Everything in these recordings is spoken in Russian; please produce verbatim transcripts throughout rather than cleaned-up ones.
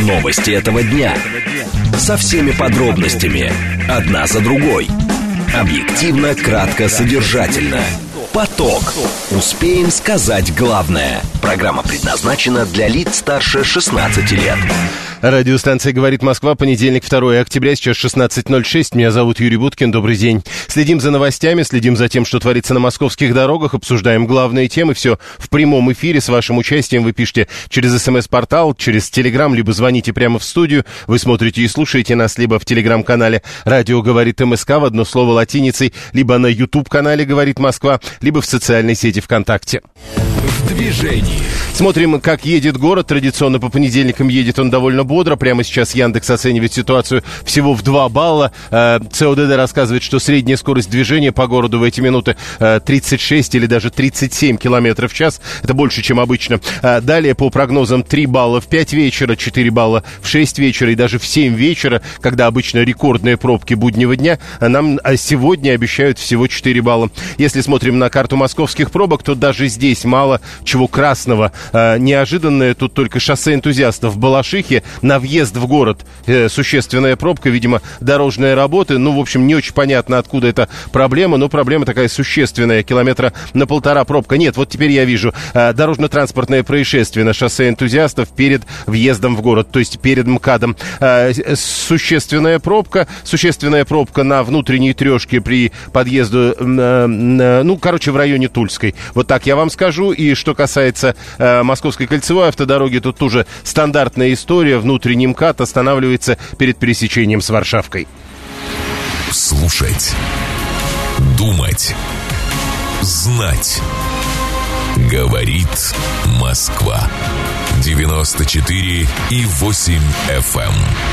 Новости этого дня. Со всеми подробностями. Одна за другой. Объективно, кратко, содержательно. Поток. Успеем сказать главное. Программа предназначена для лиц старше шестнадцати лет. Радиостанция «Говорит Москва», понедельник, второе октября, сейчас шестнадцать ноль шесть. Меня зовут Юрий Буткин, добрый день. Следим за новостями, следим за тем, что творится на московских дорогах, обсуждаем главные темы. Все в прямом эфире с вашим участием. Вы пишите через СМС-портал, через Телеграм, либо звоните прямо в студию. Вы смотрите и слушаете нас либо в Телеграм-канале «Радио говорит МСК» в одно слово латиницей, либо на YouTube-канале «Говорит Москва», либо в социальной сети ВКонтакте. В движении. Смотрим, как едет город. Традиционно по понедельникам едет он довольно бодро. Прямо сейчас Яндекс оценивает ситуацию всего в два балла. ЦОДД рассказывает, что средняя скорость движения по городу в эти минуты тридцать шесть или даже тридцать семь километров в час. Это больше, чем обычно. Далее, по прогнозам, три балла в пять вечера, четыре балла в шесть вечера и даже в семь вечера, когда обычно рекордные пробки буднего дня, нам сегодня обещают всего четыре балла. Если смотрим на карту московских пробок, то даже здесь мало чего красного. Неожиданное тут только шоссе энтузиастов в Балашихе. На въезд в город э, существенная пробка, видимо, дорожные работы. Ну, в общем, не очень понятно, откуда эта проблема, но проблема такая существенная. Километра на полтора пробка. Нет, вот теперь я вижу э, дорожно-транспортное происшествие на шоссе энтузиастов перед въездом в город, то есть перед МКАДом. Э, существенная пробка, существенная пробка на внутренней трешке при подъезду, э, э, ну, короче, в районе Тульской. Вот так я вам скажу. И что касается э, Московской кольцевой автодороги, тут тоже стандартная история. Внутренний МКАД останавливается перед пересечением с Варшавкой. Слушать, думать, знать. Говорит Москва. девяносто четыре и восемь эф эм.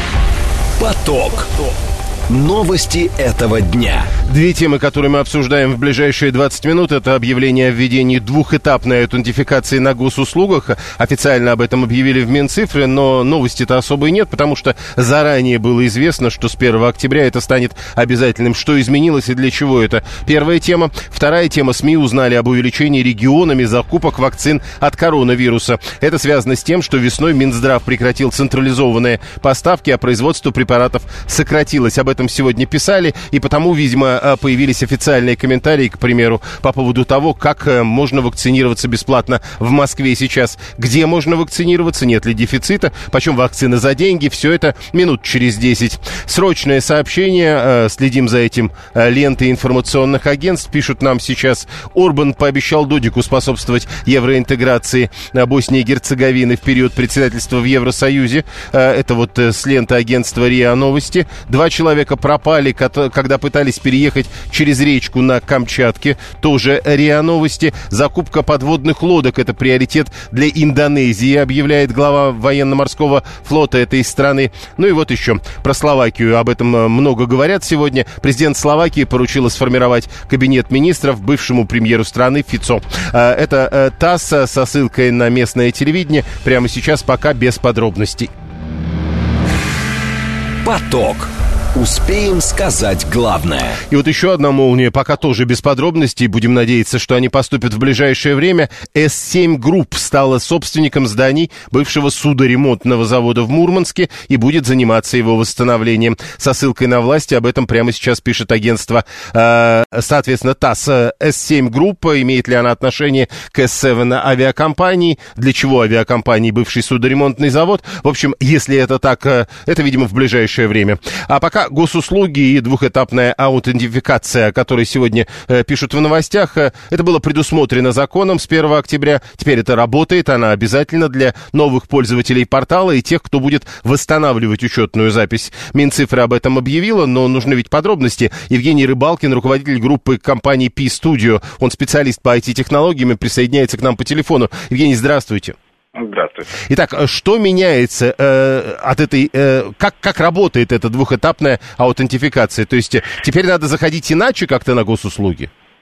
Поток. Новости этого дня. Две темы, которые мы обсуждаем в ближайшие двадцать минут, это объявление о введении двухэтапной аутентификации на госуслугах. Официально об этом объявили в Минцифре, но новости-то особой нет, потому что заранее было известно, что с первого октября это станет обязательным. Что изменилось и для чего это? Первая тема. Вторая тема. СМИ узнали об увеличении регионами закупок вакцин от коронавируса. Это связано с тем, что весной Минздрав прекратил централизованные поставки, а производство препаратов сократилось. Об этом сегодня писали, и потому, видимо, появились официальные комментарии, к примеру, по поводу того, как можно вакцинироваться бесплатно в Москве сейчас. Где можно вакцинироваться, нет ли дефицита, почем вакцины за деньги, все это минут через десять. Срочное сообщение, следим за этим лентой информационных агентств, пишут нам сейчас: Орбан пообещал Додику способствовать евроинтеграции Боснии и Герцеговины в период председательства в Евросоюзе. Это вот с ленты агентства РИА Новости. Два человека пропали, когда пытались переехать через речку на Камчатке. Тоже РИА Новости. Закупка подводных лодок — это приоритет для Индонезии, объявляет глава военно-морского флота этой страны. Ну и вот еще про Словакию. Об этом много говорят сегодня. Президент Словакии поручила сформировать кабинет министров бывшему премьеру страны Фицо. Это ТАСС со ссылкой на местное телевидение. Прямо сейчас пока без подробностей. Поток. Успеем сказать главное. И вот еще одна молния, пока тоже без подробностей. Будем надеяться, что они поступят в ближайшее время. эс семь Групп стала собственником зданий бывшего судоремонтного завода в Мурманске и будет заниматься его восстановлением. Со ссылкой на власти об этом прямо сейчас пишет агентство, э, соответственно, ТАСС. эс семь Групп, имеет ли она отношение к эс семь авиакомпании, для чего авиакомпании бывший судоремонтный завод. В общем, если это так, э, это, видимо, в ближайшее время. А пока госуслуги и двухэтапная аутентификация, о которой сегодня э, пишут в новостях. Э, это было предусмотрено законом с первого октября. Теперь это работает. Она обязательна для новых пользователей портала и тех, кто будет восстанавливать учетную запись. Минцифра об этом объявила, но нужны ведь подробности. Евгений Рыбалкин, руководитель группы компании P-Studio. Он специалист по ай ти-технологиям и присоединяется к нам по телефону. Евгений, здравствуйте. Здравствуйте. Итак, что меняется э, от этой... Э, как, как работает эта двухэтапная аутентификация? То есть теперь надо заходить иначе как-то на госуслуги?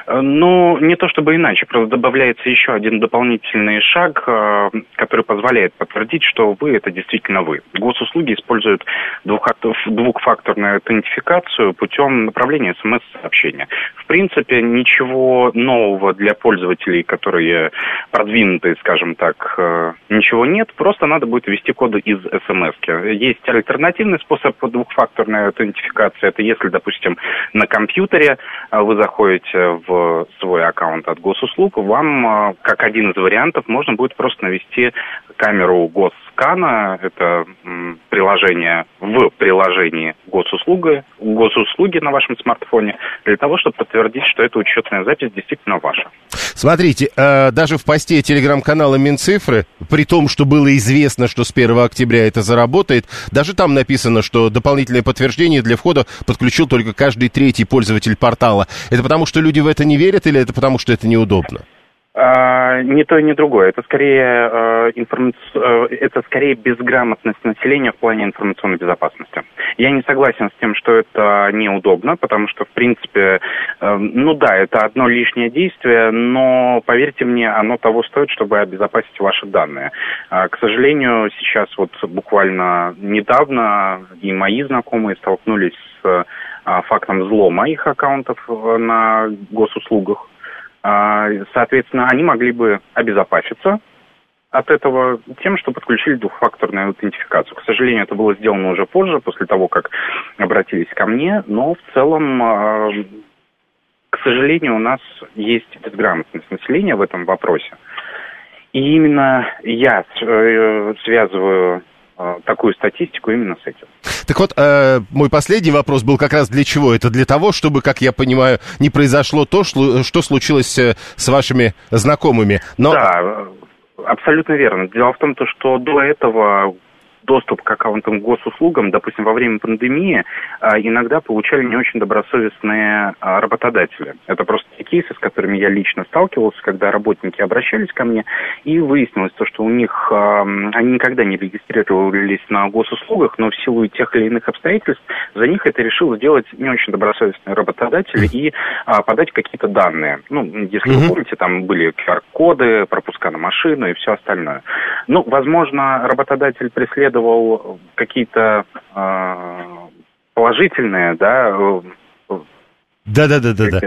Ну, не то чтобы иначе, просто добавляется еще один дополнительный шаг, который позволяет подтвердить, что вы — это действительно вы. Госуслуги используют двухфакторную аутентификацию путем направления смс-сообщения. В принципе, ничего нового для пользователей, которые продвинутые, скажем так, ничего нет, просто надо будет ввести коды из смс-ки. Есть альтернативный способ двухфакторной аутентификации. Это если, допустим, на компьютере вы заходите в свой аккаунт от госуслуг, вам, как один из вариантов, можно будет просто навести камеру Госскана, это приложение в приложении госуслуги, госуслуги на вашем смартфоне, для того, чтобы подтвердить, что эта учетная запись действительно ваша. Смотрите, э, даже в посте телеграм-канала Минцифры, при том, что было известно, что с первого октября это заработает, даже там написано, что дополнительное подтверждение для входа подключил только каждый третий пользователь портала. Это потому, что люди в это не верят, или это потому, что это неудобно? А, ни то, ни другое. Это скорее, э, информ... э, это скорее безграмотность населения в плане информационной безопасности. Я не согласен с тем, что это неудобно, потому что, в принципе, э, ну да, это одно лишнее действие, но, поверьте мне, оно того стоит, чтобы обезопасить ваши данные. А, к сожалению, сейчас вот буквально недавно и мои знакомые столкнулись с а, фактом взлома их аккаунтов на госуслугах. Соответственно, они могли бы обезопаситься от этого тем, что подключили двухфакторную аутентификацию. К сожалению, это было сделано уже позже, после того, как обратились ко мне, но в целом, к сожалению, у нас есть безграмотность населения в этом вопросе. И именно я связываю такую статистику именно с этим. Так вот, э, мой последний вопрос был как раз для чего? Это для того, чтобы, как я понимаю, не произошло то, что, что случилось с вашими знакомыми. Но... Да, абсолютно верно. Дело в том, что до этого доступ к аккаунтам госуслугам, допустим, во время пандемии, иногда получали не очень добросовестные работодатели. Это просто те кейсы, с которыми я лично сталкивался, когда работники обращались ко мне, и выяснилось то, что у них, они никогда не регистрировались на госуслугах, но в силу тех или иных обстоятельств за них это решил сделать не очень добросовестный работодатель и подать какие-то данные. Ну, если вы помните, там были ку ар коды, пропуска на машину и все остальное. Ну, возможно, работодатель преследовал какие-то э, положительные, да, Да-да-да-да.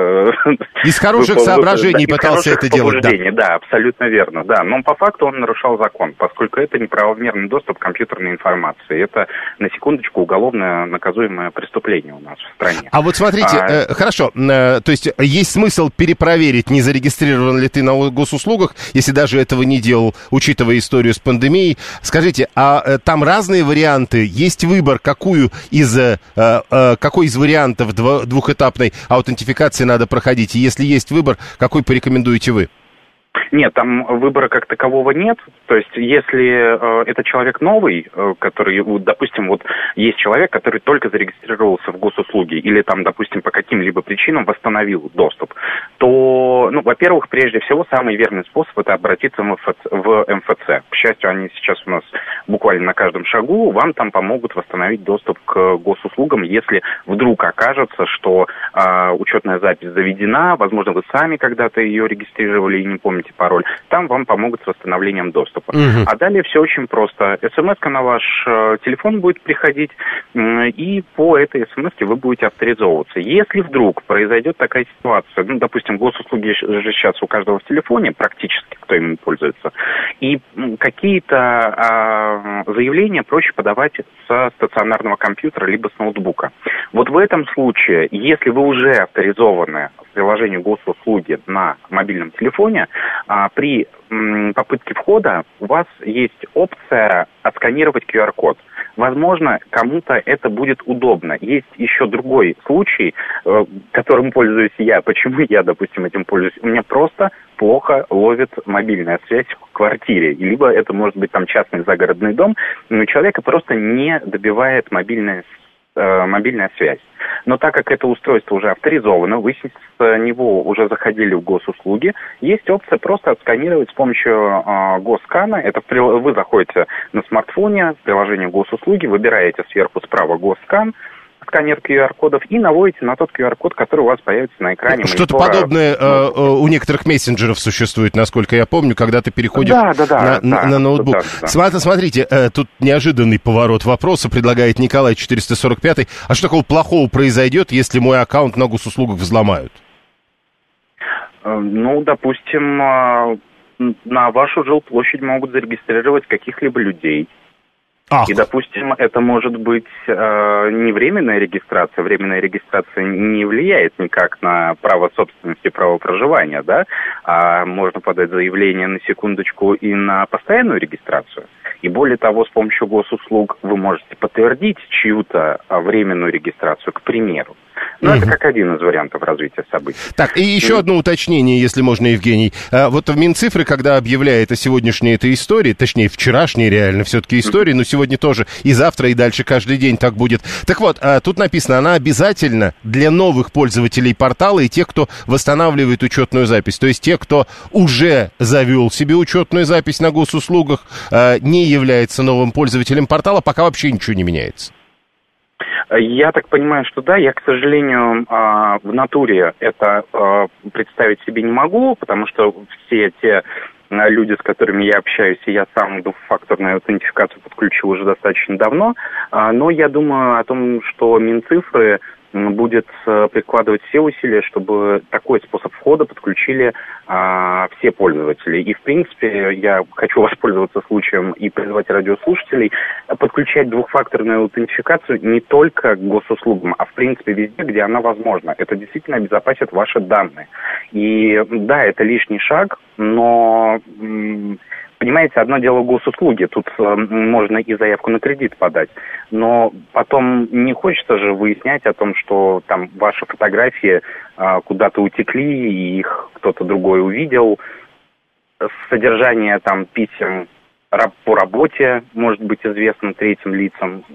Из хороших соображений пытался это делать. Да. да, абсолютно верно. Да. Но по факту он нарушал закон, поскольку это неправомерный доступ к компьютерной информации. Это, на секундочку, уголовное наказуемое преступление у нас в стране. А вот смотрите, а... э, хорошо, э, то есть есть смысл перепроверить, не зарегистрирован ли ты на госуслугах, если даже этого не делал, учитывая историю с пандемией. Скажите, а э, там разные варианты? Есть выбор, какую из, э, э, какой из вариантов дво, двухэтапных аутентификации надо проходить? И если есть выбор, какой порекомендуете вы? Нет, там выбора как такового нет. То есть, если э, это человек новый, э, который, вот, допустим, вот есть человек, который только зарегистрировался в госуслуги или там, допустим, по каким-либо причинам восстановил доступ, то, ну, во-первых, прежде всего, самый верный способ — это обратиться в эм эф цэ. К счастью, они сейчас у нас буквально на каждом шагу, вам там помогут восстановить доступ к госуслугам, если вдруг окажется, что э, учетная запись заведена, возможно, вы сами когда-то ее регистрировали и не помните пароль, там вам помогут с восстановлением доступа. Угу. А далее все очень просто. СМС-ка на ваш э, телефон будет приходить, э, и по этой СМС-ке вы будете авторизовываться. Если вдруг произойдет такая ситуация, ну, допустим, госуслуги же сейчас у каждого в телефоне, практически, кто ими пользуется, и э, какие-то э, заявления проще подавать со стационарного компьютера либо с ноутбука. Вот в этом случае, если вы уже авторизованы в приложении госуслуги на мобильном телефоне, а, при м, попытке входа у вас есть опция отсканировать ку ар код. Возможно, кому-то это будет удобно. Есть еще другой случай, э, которым пользуюсь я. Почему я, допустим, этим пользуюсь? У меня просто плохо ловит мобильная связь в квартире. Либо это может быть там частный загородный дом, но у человека просто не добивает мобильная связь. мобильная связь. Но так как это устройство уже авторизовано, вы с него уже заходили в госуслуги, есть опция просто отсканировать с помощью э, Госскана. Это вы заходите на смартфоне в приложение госуслуги, выбираете сверху справа Госскан, сканер ку ар-кодов и наводите на тот ку ар-код, который у вас появится на экране. Что-то монитора. подобное э, у некоторых мессенджеров существует, насколько я помню, когда ты переходишь да, да, да, на, да, на ноутбук. Да, да. Смотрите, смотрите э, тут неожиданный поворот вопроса предлагает Николай четыреста сорок пятый. А что такого плохого произойдет, если мой аккаунт на госуслугах взломают? Ну, допустим, на вашу жилплощадь могут зарегистрировать каких-либо людей. Ах. И, допустим, это может быть э, не временная регистрация. Временная регистрация не влияет никак на право собственности, право проживания, да? А можно подать заявление, на секундочку, и на постоянную регистрацию. И более того, с помощью госуслуг вы можете подтвердить чью-то временную регистрацию, к примеру. Ну, угу. Это как один из вариантов развития событий. Так, и еще и... одно уточнение, если можно, Евгений. А, вот в Минцифры, когда объявляет о сегодняшней этой истории, точнее, вчерашней реально все-таки истории, угу. но сегодня тоже, и завтра, и дальше каждый день так будет. Так вот, а, тут написано, она обязательно для новых пользователей портала и тех, кто восстанавливает учетную запись. То есть те, кто уже завел себе учетную запись на госуслугах, а, не является новым пользователем портала, пока вообще ничего не меняется. Я так понимаю, что да, я, к сожалению, в натуре это представить себе не могу, потому что все те люди, с которыми я общаюсь, и я сам двухфакторную аутентификацию подключил уже достаточно давно, но я думаю о том, что Минцифры будет прикладывать все усилия, чтобы такой способ входа подключили а, все пользователи. И, в принципе, я хочу воспользоваться случаем и призвать радиослушателей подключать двухфакторную аутентификацию не только к госуслугам, а, в принципе, везде, где она возможна. Это действительно обезопасит ваши данные. И, да, это лишний шаг, но... М- Понимаете, одно дело госуслуги, тут э, можно и заявку на кредит подать, но потом не хочется же выяснять о том, что там ваши фотографии э, куда-то утекли, и их кто-то другой увидел, содержание там писем по работе может быть известно третьим лицам.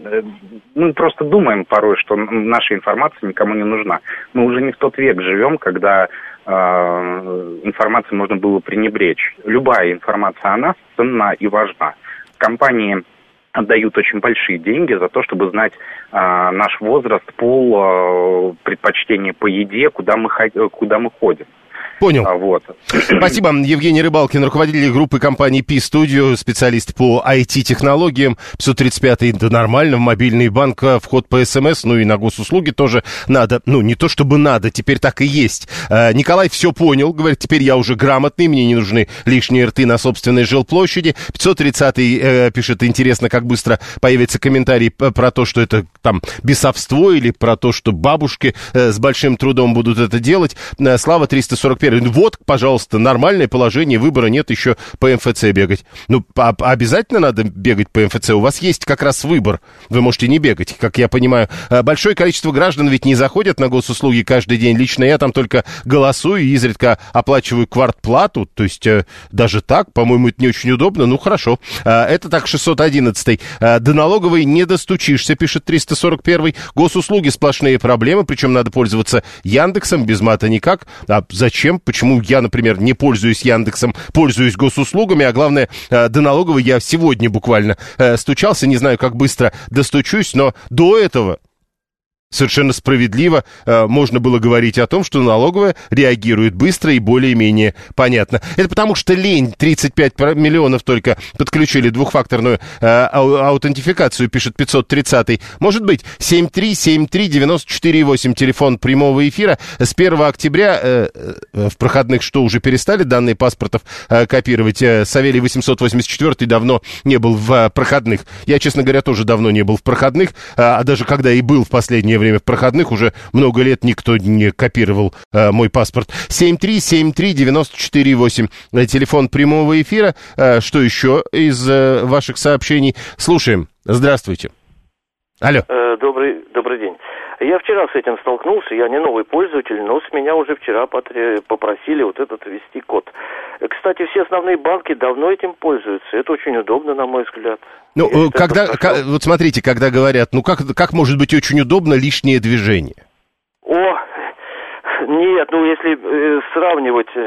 Мы просто думаем порой, что наша информация никому не нужна. Мы уже не в тот век живем, когда э, информацией можно было пренебречь. Любая информация о нас ценна и важна. Компании отдают очень большие деньги за то, чтобы знать э, наш возраст, пол, э, предпочтение по еде, куда мы, куда мы ходим. Понял. А, вот. Спасибо. Евгений Рыбалкин, руководитель группы компании P-Studio, специалист по ай ти-технологиям. пятьсот тридцать пятый, да нормально, в мобильный банк, вход по СМС, ну и на госуслуги тоже надо. Ну, не то чтобы надо, теперь так и есть. Николай все понял, говорит, теперь я уже грамотный, мне не нужны лишние рты на собственной жилплощади. пятьсот тридцатый э, пишет, интересно, как быстро появится комментарий про то, что это там бесовство, или про то, что бабушки э, с большим трудом будут это делать. Слава триста сорок пять. Вот, пожалуйста, нормальное положение, выбора нет, еще по эм эф цэ бегать. Ну, а обязательно надо бегать по эм эф цэ? У вас есть как раз выбор. Вы можете не бегать, как я понимаю. Большое количество граждан ведь не заходят на госуслуги каждый день. Лично я там только голосую и изредка оплачиваю квартплату. То есть даже так, по-моему, это не очень удобно. Ну, хорошо. Это так, шестьсот одиннадцатый. До налоговой не достучишься, пишет триста сорок первый. Госуслуги сплошные проблемы, причем надо пользоваться Яндексом, без мата никак. А зачем? Почему я, например, не пользуюсь Яндексом, пользуюсь госуслугами, а главное, до налоговой я сегодня буквально стучался, не знаю, как быстро достучусь, но до этого совершенно справедливо э, можно было говорить о том, что налоговая реагирует быстро и более-менее понятно. Это потому что лень, тридцать пять миллионов только подключили двухфакторную э, ау- аутентификацию, пишет пятьсот тридцатый. Может быть, семь три семь три девять четыре восемь, телефон прямого эфира. С первого октября э, э, в проходных что, уже перестали данные паспортов э, копировать? Э, Савелий восемьсот восемьдесят четыре давно не был в э, проходных. Я, честно говоря, тоже давно не был в проходных, э, а даже когда и был в последнее время в проходных, уже много лет никто не копировал э, мой паспорт. семь три семь три девять четыре восемь. Телефон прямого эфира. Э, что еще из э, ваших сообщений? Слушаем. Здравствуйте. Алло. Э, добрый, добрый день. Я вчера с этим столкнулся, я не новый пользователь, но с меня уже вчера попросили вот этот ввести код. Кстати, все основные банки давно этим пользуются, это очень удобно, на мой взгляд. Ну, я когда, как, вот смотрите, когда говорят, ну как, как может быть очень удобно лишнее движение? О, нет, ну если э, сравнивать... Э,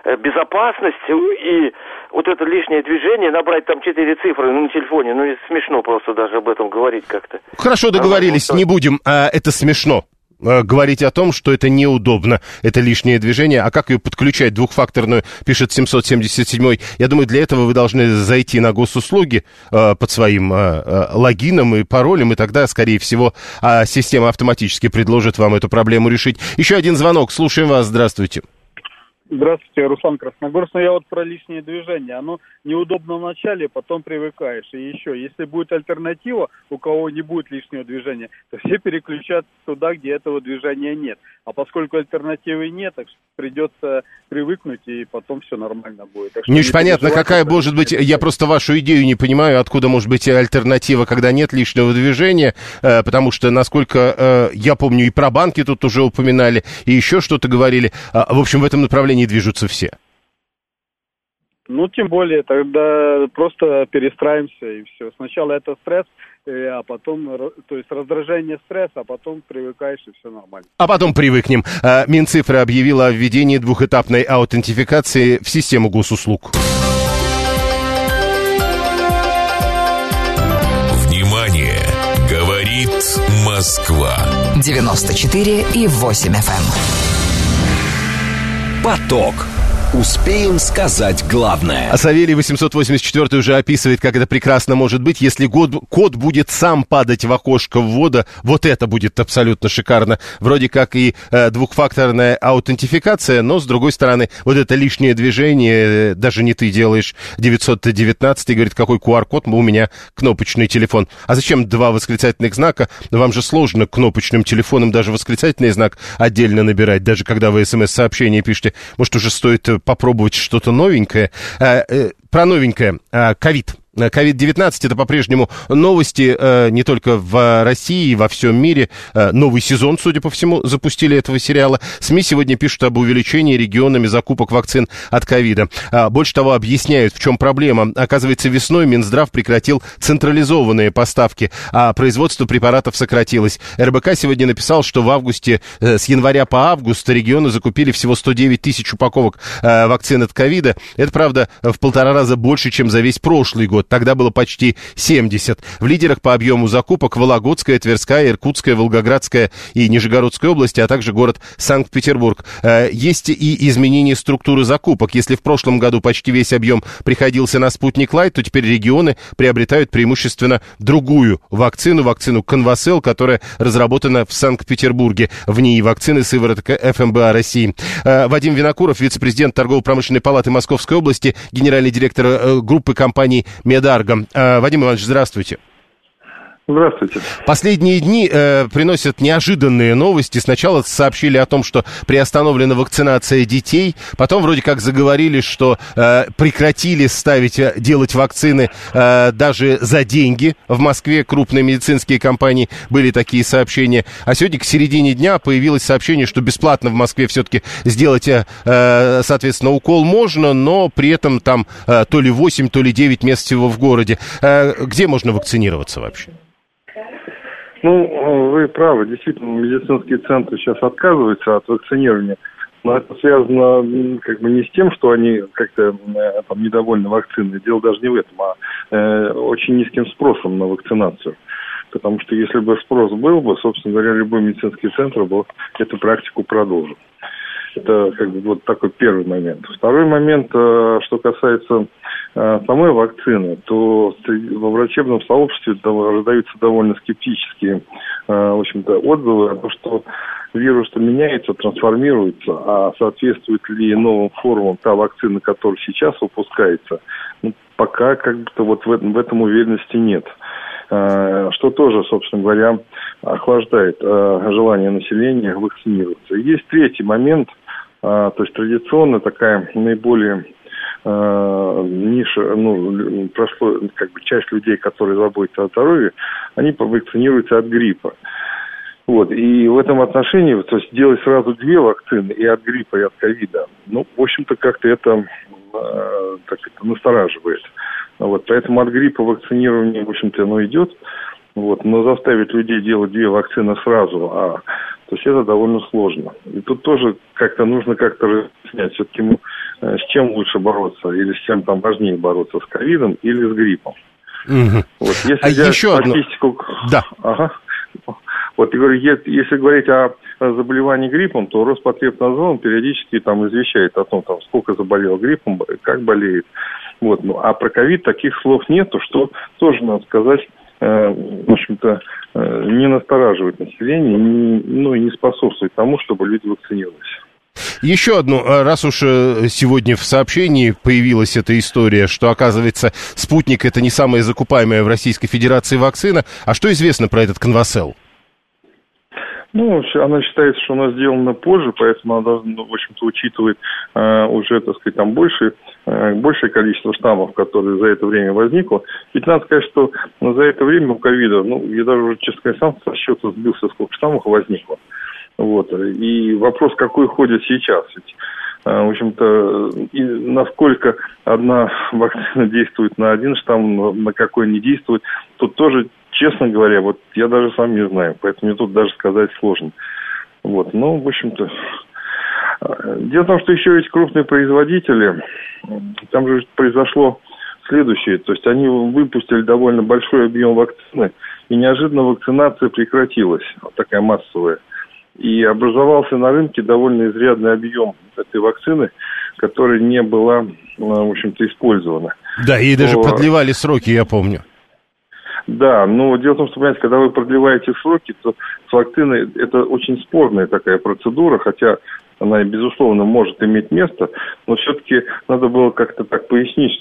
безопасность и вот это лишнее движение, набрать там четыре цифры ну, на телефоне, ну, смешно просто даже об этом говорить как-то. Хорошо, договорились, не будем, а это смешно. Говорить о том, что это неудобно, это лишнее движение. А как ее подключать двухфакторную, пишет семьсот семьдесят семь. Я думаю, для этого вы должны зайти на госуслуги э, под своим э, логином и паролем, и тогда, скорее всего, э, система автоматически предложит вам эту проблему решить. Еще один звонок. Слушаем вас. Здравствуйте. Здравствуйте, Руслан Красногорск. Ну, я вот про лишнее движение. Оно неудобно в начале, потом привыкаешь. И еще, если будет альтернатива, у кого не будет лишнего движения, то все переключатся туда, где этого движения нет. А поскольку альтернативы нет, так придется привыкнуть, и потом все нормально будет. Так не очень понятно, какая может быть... Я просто вашу идею не понимаю, откуда может быть альтернатива, когда нет лишнего движения, потому что, насколько я помню, и про банки тут уже упоминали, и еще что-то говорили. В общем, в этом направлении движутся все. Ну, тем более, тогда просто перестраиваемся, и все. Сначала это стресс, а потом, то есть раздражение, стресс, а потом привыкаешь, и все нормально. А потом привыкнем. Минцифра объявила о введении двухэтапной аутентификации в систему госуслуг. Внимание! Говорит Москва. девяносто четыре и восемь эф эм. Поток. Успеем сказать главное. А Савелий восемьсот восемьдесят четыре уже описывает, как это прекрасно может быть, если код, код будет сам падать в окошко ввода. Вот это будет абсолютно шикарно. Вроде как и э, двухфакторная аутентификация, но, с другой стороны, вот это лишнее движение, даже не ты делаешь, девятьсот девятнадцать, и говорит, какой ку ар-код, у меня кнопочный телефон. А зачем два восклицательных знака? Вам же сложно кнопочным телефоном даже восклицательный знак отдельно набирать, даже когда вы смс-сообщение пишете. Может, уже стоит попробовать что-то новенькое. Про новенькое. Ковид. ковид девятнадцать это по-прежнему новости э, не только в России, во всем мире. Э, новый сезон, судя по всему, запустили этого сериала. СМИ сегодня пишут об увеличении регионами закупок вакцин от ковида. Э, больше того, объясняют, в чем проблема. Оказывается, весной Минздрав прекратил централизованные поставки, а производство препаратов сократилось. эр бэ ка сегодня написал, что в августе, э, с января по август регионы закупили всего сто девять тысяч упаковок э, вакцин от ковида. Это, правда, в полтора раза больше, чем за весь прошлый год. Тогда было почти семьдесят. В лидерах по объему закупок Вологодская, Тверская, Иркутская, Волгоградская и Нижегородская области, а также город Санкт-Петербург. Есть и изменение структуры закупок. Если в прошлом году почти весь объем приходился на «Спутник Лайт», то теперь регионы приобретают преимущественно другую вакцину, вакцину Конвасел, которая разработана в Санкт-Петербурге. В ней вакцины сыворотка эф эм бэ а России. Вадим Винокуров, вице-президент Торгово-промышленной палаты Московской области, генеральный директор группы компаний «Медарго». Вадим Иванович, здравствуйте. Здравствуйте. Последние дни э, приносят неожиданные новости. Сначала сообщили о том, что приостановлена вакцинация детей. Потом вроде как заговорили, что э, прекратили ставить, делать вакцины э, даже за деньги. В Москве крупные медицинские компании были такие сообщения. А сегодня к середине дня появилось сообщение, что бесплатно в Москве все-таки сделать, э, соответственно, укол можно, но при этом там э, то ли восемь, то ли девять мест всего в городе. Э, где можно вакцинироваться вообще? Ну, вы правы, действительно, медицинские центры сейчас отказываются от вакцинирования, но это связано как бы не с тем, что они как-то там недовольны вакциной, дело даже не в этом, а э, очень низким спросом на вакцинацию. Потому что если бы спрос был бы, собственно говоря, любой медицинский центр бы эту практику продолжил. Это как бы вот такой первый момент. Второй момент, э, что касается э, самой вакцины, то во врачебном сообществе раздаются довольно скептические, э, в общем-то, отзывы о том, что вирус-то меняется, трансформируется, а соответствует ли новым формам та вакцина, которая сейчас выпускается, ну, пока как бы вот в этом, в этом уверенности нет. Что тоже, собственно говоря, охлаждает желание населения вакцинироваться. Есть третий момент, то есть традиционно такая наиболее ниша, ну, прошло, как бы часть людей, которые заботятся о здоровье, они вакцинируются от гриппа. Вот, и в этом отношении, то есть делать сразу две вакцины, и от гриппа, и от ковида, ну, в общем-то, как-то это, так это настораживает. Вот, поэтому от гриппа вакцинирование, в общем-то, оно идет. Вот, но заставить людей делать две вакцины сразу, а, то есть это довольно сложно. И тут тоже как-то нужно как-то разъяснять. Все-таки мы с чем лучше бороться, или с чем там важнее бороться, с ковидом или с гриппом. Угу. Вот, если а взять еще статистику... одно... Да. Ага. Вот, я говорю, если говорить о заболевании гриппом, то Роспотребнадзор периодически там извещает о том, там, сколько заболел гриппом, как болеет. Вот. Ну, а про ковид таких слов нету, что тоже, надо сказать, э, в общем-то, э, не настораживает население, не, ну и не способствует тому, чтобы люди вакцинировались. Еще одну, раз уж сегодня в сообщении появилась эта история, что, оказывается, «Спутник» — это не самая закупаемая в Российской Федерации вакцина, а что известно про этот «Конвасел»? Ну, она считается, что она сделана позже, поэтому она, ну, в общем-то, учитывает э, уже, так сказать, там больше, э, большее количество штаммов, которые за это время возникло. Ведь надо сказать, что за это время у ковида, ну, я даже уже, честно сказать, сам со счета сбился, сколько штаммов возникло. Вот. И вопрос, какой ходит сейчас. Ведь, э, в общем-то, и насколько одна вакцина действует на один штамм, на какой не действует, тут тоже... Честно говоря, вот я даже сам не знаю, поэтому мне тут даже сказать сложно. Вот, ну, в общем-то, дело в том, что еще есть крупные производители, там же произошло следующее, то есть они выпустили довольно большой объем вакцины, и неожиданно вакцинация прекратилась, вот такая массовая, и образовался на рынке довольно изрядный объем этой вакцины, которая не была, в общем-то, использована. Да, и то... даже продлевали сроки, я помню. Да, но дело в том, что, понимаете, когда вы продлеваете сроки, то с вакциной это очень спорная такая процедура, хотя она, безусловно, может иметь место, но все-таки надо было как-то так пояснить,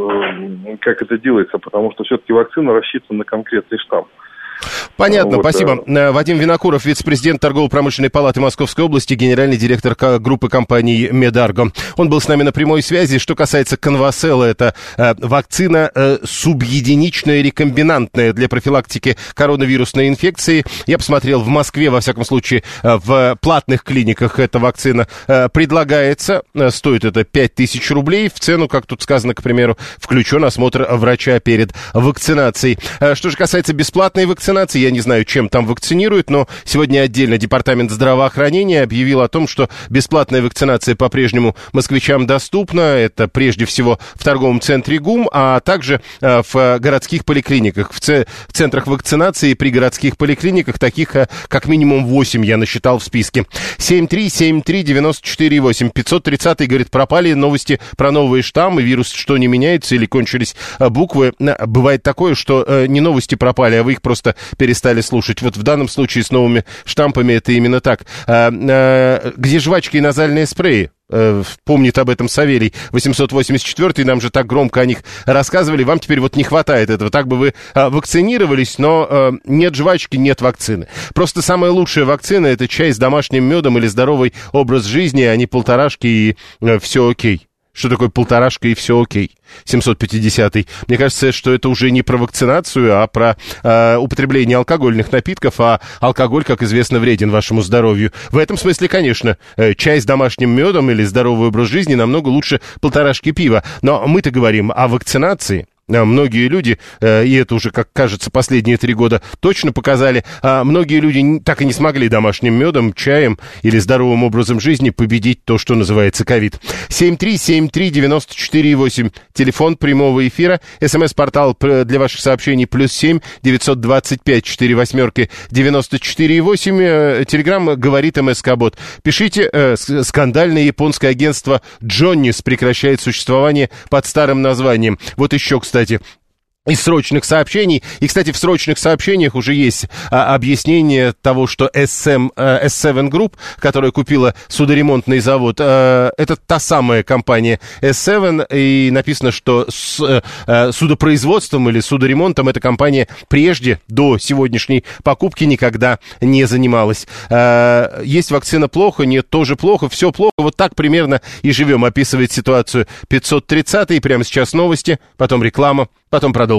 как это делается, потому что все-таки вакцина рассчитана на конкретный штамм. Понятно, вот, спасибо. да. Вадим Винокуров, вице-президент Торгово-промышленной палаты Московской области, генеральный директор группы компаний «Медарго». Он был с нами на прямой связи. Что касается «Конвасела», это э, вакцина э, субъединичная рекомбинантная для профилактики коронавирусной инфекции. Я посмотрел, в Москве, во всяком случае, э, в платных клиниках эта вакцина э, предлагается. Э, стоит это пять тысяч рублей. В цену, как тут сказано, к примеру, включен осмотр врача перед вакцинацией. Э, что же касается бесплатной вакцинации, я не знаю, чем там вакцинируют, но сегодня отдельно Департамент здравоохранения объявил о том, что бесплатная вакцинация по-прежнему москвичам доступна. Это прежде всего в торговом центре ГУМ, а также э, в городских поликлиниках. В, ц- в центрах вакцинации при городских поликлиниках таких э, как минимум восемь я насчитал в списке. семь три семь три девять четыре восемь. пятьсот тридцатый говорит, пропали новости про новые штаммы, вирус что не меняется или кончились э, буквы. Бывает такое, что э, не новости пропали, а вы их просто перестали слушать. Вот в данном случае с новыми штампами это именно так. А, а, где жвачки и назальные спреи? А, помнит об этом Савелий. восемьсот восемьдесят четвёртый, нам же так громко о них рассказывали. Вам теперь вот не хватает этого. Так бы вы а, вакцинировались, но а, нет жвачки, нет вакцины. Просто самая лучшая вакцина — это чай с домашним медом или здоровый образ жизни, а не полторашки и а, все окей. Что такое полторашка и все окей? семьсот пятидесятый. Мне кажется, что это уже не про вакцинацию, а про э, употребление алкогольных напитков, а алкоголь, как известно, вреден вашему здоровью. В этом смысле, конечно, э, чай с домашним медом или здоровый образ жизни намного лучше полторашки пива. Но мы-то говорим о вакцинации. Многие люди, и это уже, как кажется, последние три года точно показали, многие люди так и не смогли домашним медом, чаем или здоровым образом жизни победить то, что называется ковид. семь три семь три девять четыре восемь, телефон прямого эфира, смс-портал для ваших сообщений плюс семь девятьсот двадцать пять четыре восьмерки девяносто четыре восемь, телеграмм говорит МСК-бот. Пишите, скандальное японское агентство Джоннис прекращает существование под старым названием. Вот еще, кстати, Кстати, из срочных сообщений. И, кстати, в срочных сообщениях уже есть а, объяснение того, что эс эм, а, эс семь Group, которая купила судоремонтный завод, а, это та самая компания эс семь, и написано, что с а, судопроизводством или судоремонтом эта компания прежде, до сегодняшней покупки, никогда не занималась. А, есть вакцина плохо, нет, тоже плохо, все плохо. Вот так примерно и живем, описывает ситуацию пятьсот тридцатый. Прямо сейчас новости, потом реклама, потом продолжим.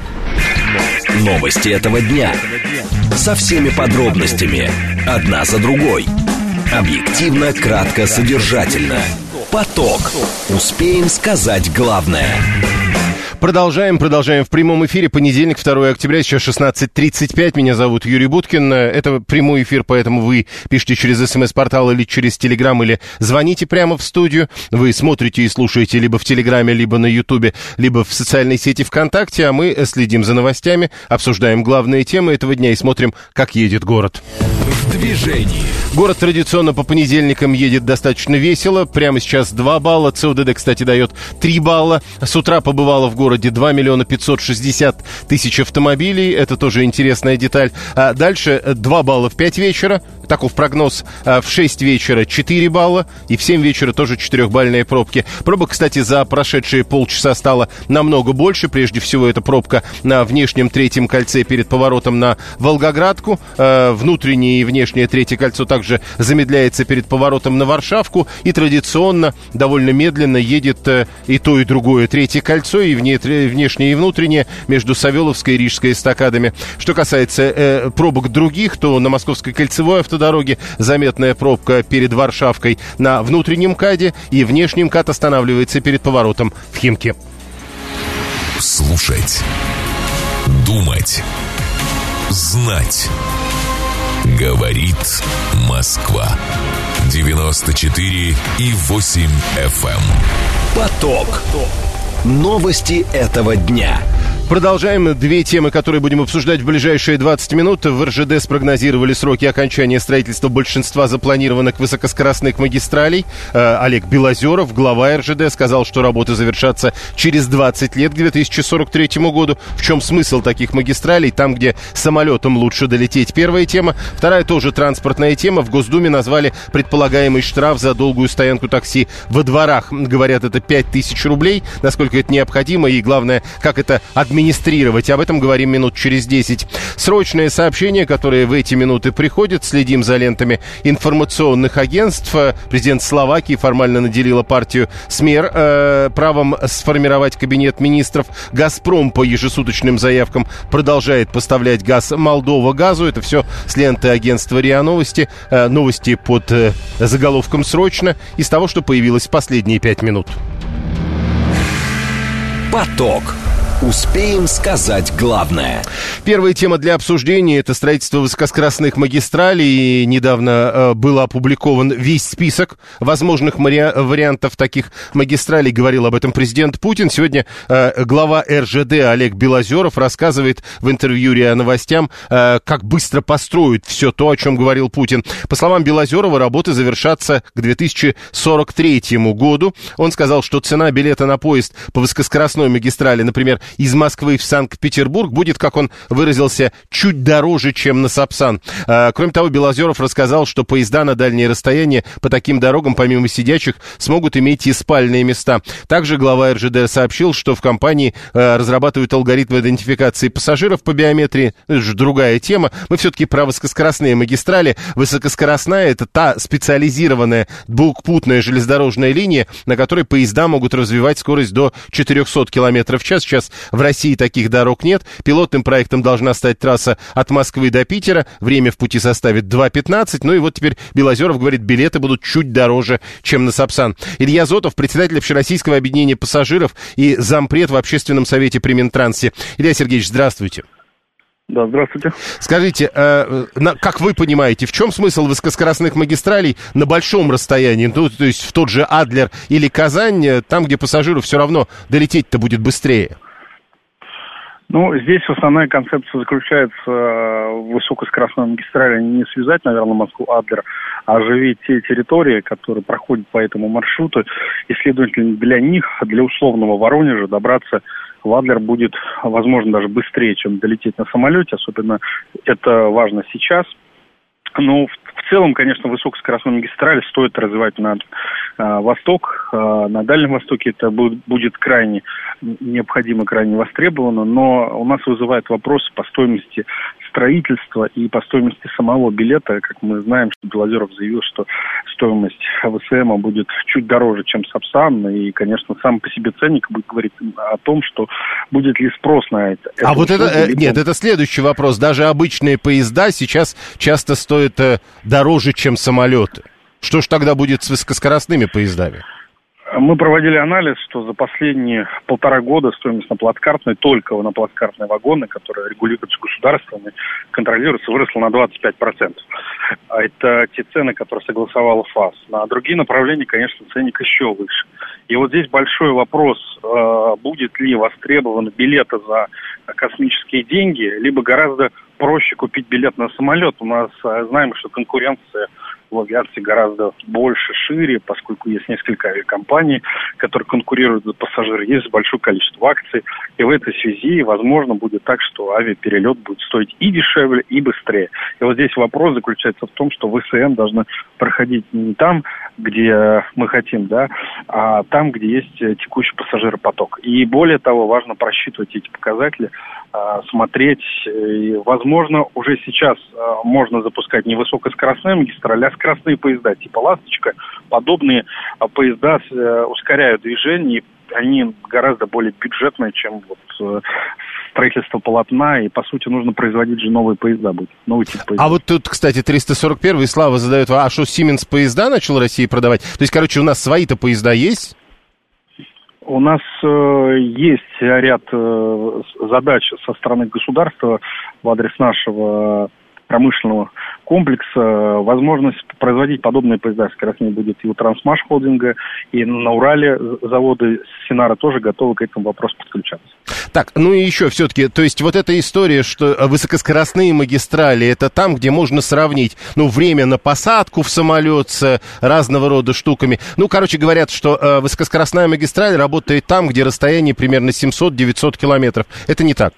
Новости этого дня. Со всеми подробностями. Одна за другой. Объективно, кратко, содержательно. Поток. Успеем сказать главное. Продолжаем, продолжаем в прямом эфире. Понедельник, второе октября, сейчас шестнадцать тридцать пять. Меня зовут Юрий Буткин. Это прямой эфир, поэтому вы пишите через смс-портал или через Телеграм, или звоните прямо в студию. Вы смотрите и слушаете либо в Телеграме, либо на Ютубе, либо в социальной сети ВКонтакте, а мы следим за новостями, обсуждаем главные темы этого дня и смотрим, как едет город. В движении. Город традиционно по понедельникам едет достаточно весело. Прямо сейчас два балла. ЦОДД, кстати, дает три балла. С утра побывало в городе два миллиона пятьсот шестьдесят тысяч автомобилей. Это тоже интересная деталь. А дальше два балла в пять вечера. Таков прогноз. А в шесть вечера четыре балла. И в семь вечера тоже четырехбальные пробки. Пробок, кстати, за прошедшие полчаса стало намного больше. Прежде всего, это пробка на внешнем третьем кольце перед поворотом на Волгоградку. А внутреннее и внешнее третье кольцо также замедляется перед поворотом на Варшавку. И традиционно довольно медленно едет и то, и другое третье кольцо, и вне, внешнее, и внутреннее, между Савеловской и Рижской эстакадами. Что касается э, пробок других, то на Московской кольцевой автодороге заметная пробка перед Варшавкой на внутреннем КАДе, и внешнем КАД останавливается перед поворотом в Химки. Слушать, думать, знать. Говорит Москва. девяносто четыре и восемь эф эм. Поток. Новости этого дня. Продолжаем. Две темы, которые будем обсуждать в ближайшие двадцать минут. В эр жэ дэ спрогнозировали сроки окончания строительства большинства запланированных высокоскоростных магистралей. Э, Олег Белозеров, глава эр жэ дэ, сказал, что работы завершатся через двадцать лет, к две тысячи сорок третьему году. В чем смысл таких магистралей? Там, где самолетом лучше долететь. Первая тема. Вторая тоже транспортная тема. В Госдуме назвали предполагаемый штраф за долгую стоянку такси во дворах. Говорят, это пять тысяч рублей. Насколько это необходимо и, главное, как это администрировать. администрировать. Об этом говорим минут через десять. Срочные сообщения, которые в эти минуты приходят. Следим за лентами информационных агентств. Президент Словакии формально наделила партию СМЕР э, правом сформировать кабинет министров. «Газпром» по ежесуточным заявкам продолжает поставлять газ Молдова газу. Это все с ленты агентства РИА Новости. Э, новости под э, заголовком «Срочно» из того, что появилось в последние пять минут. Поток. Успеем сказать главное. Первая тема для обсуждения – это строительство высокоскоростных магистралей. И недавно э, был опубликован весь список возможных мари- вариантов таких магистралей. Говорил об этом президент Путин. Сегодня э, глава эр жэ дэ Олег Белозеров рассказывает в интервью РИА Новостям, э, как быстро построят все то, о чем говорил Путин. По словам Белозерова, работы завершатся к две тысячи сорок третьему году. Он сказал, что цена билета на поезд по высокоскоростной магистрали, например, из Москвы в Санкт-Петербург, будет, как он выразился, чуть дороже, чем на Сапсан. А, кроме того, Белозеров рассказал, что поезда на дальние расстояния по таким дорогам, помимо сидячих, смогут иметь и спальные места. Также глава эр жэ дэ сообщил, что в компании а, разрабатывают алгоритмы идентификации пассажиров по биометрии. Это же другая тема. Мы все-таки про высокоскоростные магистрали. Высокоскоростная — это та специализированная двухпутная железнодорожная линия, на которой поезда могут развивать скорость до четыреста километров в час. Сейчас в России таких дорог нет. Пилотным проектом должна стать трасса от Москвы до Питера. Время в пути составит два пятнадцать. Ну и вот теперь Белозеров говорит, билеты будут чуть дороже, чем на Сапсан. Илья Зотов, председатель Общероссийского объединения пассажиров и зампред в Общественном совете при Минтрансе. Илья Сергеевич, здравствуйте. Да, здравствуйте. Скажите, э, на, как вы понимаете, в чем смысл высокоскоростных магистралей на большом расстоянии, ну, то есть в тот же Адлер или Казань, там, где пассажиру все равно долететь-то будет быстрее? Ну, здесь основная концепция заключается в высокоскоростной магистрали не связать, наверное, Москву-Адлер, а оживить те территории, которые проходят по этому маршруту. И, следовательно, для них, для условного Воронежа, добраться в Адлер будет, возможно, даже быстрее, чем долететь на самолете. Особенно это важно сейчас. Но в, в целом, конечно, высокоскоростную магистраль стоит развивать на э, восток. Э, на Дальнем Востоке это будет, будет крайне необходимо, крайне востребовано. Но у нас вызывает вопрос по стоимости строительства и по стоимости самого билета. Как мы знаем, что Белозеров заявил, что стоимость вэ эс эм будет чуть дороже, чем Сапсан. И, конечно, сам по себе ценник будет говорить о том, что будет ли спрос на это. А вот это, э, нет, это следующий вопрос. Даже обычные поезда сейчас часто стоят э, дороже, чем самолеты. Что ж тогда будет с высокоскоростными поездами? Мы проводили анализ, что за последние полтора года стоимость на плацкартные, только на плацкартные вагоны, которые регулируются государствами, контролируются, выросла на двадцать пять процентов. А это те цены, которые согласовала ФАС. На другие направления, конечно, ценник еще выше. И вот здесь большой вопрос, будет ли востребованы билеты за космические деньги, либо гораздо проще купить билет на самолет. У нас знаем, что конкуренция в авиации гораздо больше, шире, поскольку есть несколько авиакомпаний, которые конкурируют за пассажиров, есть большое количество акций. И в этой связи, возможно, будет так, что авиаперелет будет стоить и дешевле, и быстрее. И вот здесь вопрос заключается в том, что ВСМ должны проходить не там, где мы хотим, да, а там, где есть текущий пассажиропоток. И более того, важно просчитывать эти показатели, смотреть. И, возможно, уже сейчас можно запускать не высокоскоростные магистрали, а скоростные поезда типа «Ласточка». Подобные поезда ускоряют движение, они гораздо более бюджетные, чем вот строительство полотна, и, по сути, нужно производить же новые поезда будут, новый тип поезда. А вот тут, кстати, триста сорок первый Слава задает, а что, Сименс поезда начал России продавать? То есть, короче, у нас свои-то поезда есть? У нас э, есть ряд э, задач со стороны государства в адрес нашего промышленного комплекса. Возможность производить подобные поезда скоростные будет и у Трансмаш холдинга, и на Урале заводы Синара тоже готовы к этому вопросу подключаться. Так, ну и еще все-таки, то есть вот эта история, что высокоскоростные магистрали, это там, где можно сравнить, ну, время на посадку в самолет с разного рода штуками. Ну, короче, говорят, что э, высокоскоростная магистраль работает там, где расстояние примерно семьсот-девятьсот километров. Это не так?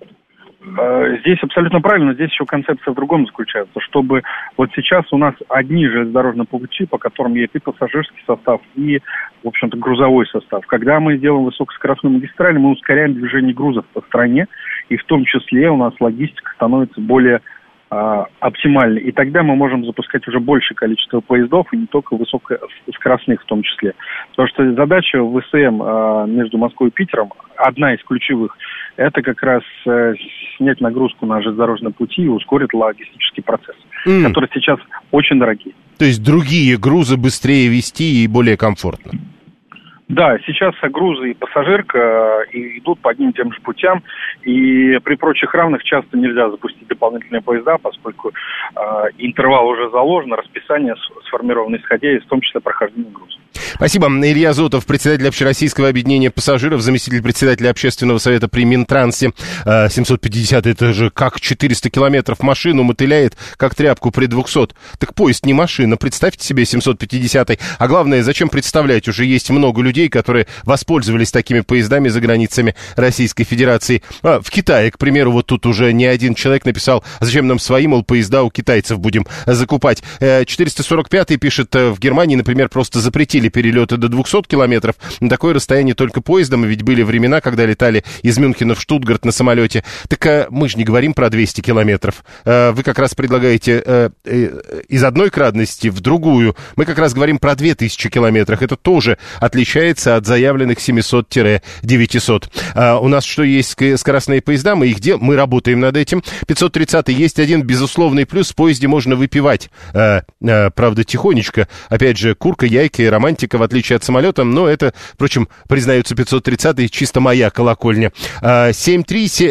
Здесь абсолютно правильно, здесь еще концепция в другом заключается, чтобы вот сейчас у нас одни железнодорожные пути, по которым едет и пассажирский состав, и, в общем-то, грузовой состав. Когда мы делаем высокоскоростную магистраль, мы ускоряем движение грузов по стране, и в том числе у нас логистика становится более а, оптимальной. И тогда мы можем запускать уже большее количество поездов, и не только высокоскоростных в том числе. Потому что задача ВСМ а, между Москвой и Питером, одна из ключевых, это как раз э, снять нагрузку на железнодорожные пути и ускорить логистический процесс, mm. который сейчас очень дорогие. То есть другие грузы быстрее везти и более комфортно? Да, сейчас грузы и пассажирка и идут по одним и тем же путям, и при прочих равных часто нельзя запустить дополнительные поезда, поскольку э, интервал уже заложен, расписание сформировано исходя из, в том числе, прохождения груза. Спасибо. Илья Зотов, председатель Общероссийского объединения пассажиров, заместитель председателя Общественного совета при Минтрансе. семьсот пятьдесят, это же как четыреста километров машину мотыляет, как тряпку при двухсот. Так поезд не машина, представьте себе семьсот пятьдесят. А главное, зачем представлять? Уже есть много людей, которые воспользовались такими поездами за границами Российской Федерации. А, в Китае, к примеру, вот тут уже не один человек написал, зачем нам свои, мол, поезда у китайцев будем закупать. четыреста сорок пятый пишет, в Германии, например, просто запретили перелеты до двухсот километров. На такое расстояние только поездом, ведь были времена, когда летали из Мюнхена в Штутгарт на самолете. Так а, мы же не говорим про двести километров. А, вы как раз предлагаете а, э, из одной кратности в другую. Мы как раз говорим про две тысячи километров. Это тоже отличается от заявленных семисот-девятисот. А, у нас что, есть скоростные поезда? Мы их делаем, мы работаем над этим. пятьсот тридцатый есть один безусловный плюс. В поезде можно выпивать. А, а, правда, тихонечко. Опять же, курка, яйка и романтика, в отличие от самолета, но это, впрочем, признается пятьсот тридцатый, чисто моя колокольня. семь три семь...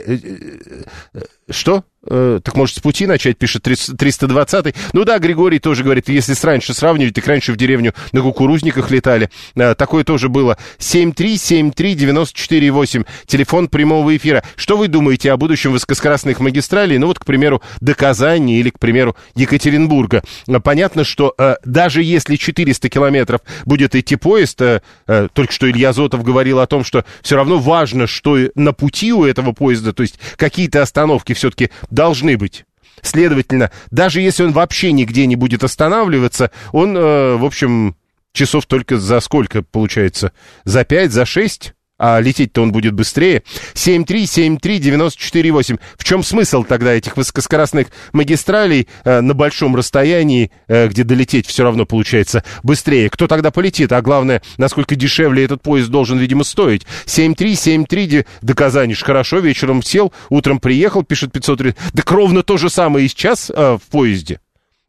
Что? Э, так может с пути начать, пишет триста двадцатый. Ну да, Григорий тоже говорит, если с раньше сравнивать, так раньше в деревню на кукурузниках летали. Э, такое тоже было. семь три семь три девять четыре восемь, телефон прямого эфира. Что вы думаете о будущем высокоскоростных магистралей? Ну вот, к примеру, до Казани или, к примеру, Екатеринбурга. Э, понятно, что э, даже если четыреста километров будет идти поезд, э, э, только что Илья Зотов говорил о том, что все равно важно, что на пути у этого поезда, то есть какие-то остановки все-таки должны быть. Следовательно, даже если он вообще нигде не будет останавливаться, он, э, в общем, часов только за сколько, получается? За пять, за шесть? А лететь-то он будет быстрее. семь три семь три девять четыре восемь. В чем смысл тогда этих высокоскоростных магистралей э, на большом расстоянии, э, где долететь все равно получается быстрее? Кто тогда полетит? А главное, насколько дешевле этот поезд должен, видимо, стоить. семь три семь три до Казани ж хорошо, вечером сел, утром приехал, пишет пятьсот три. Так ровно то же самое и сейчас э, в поезде.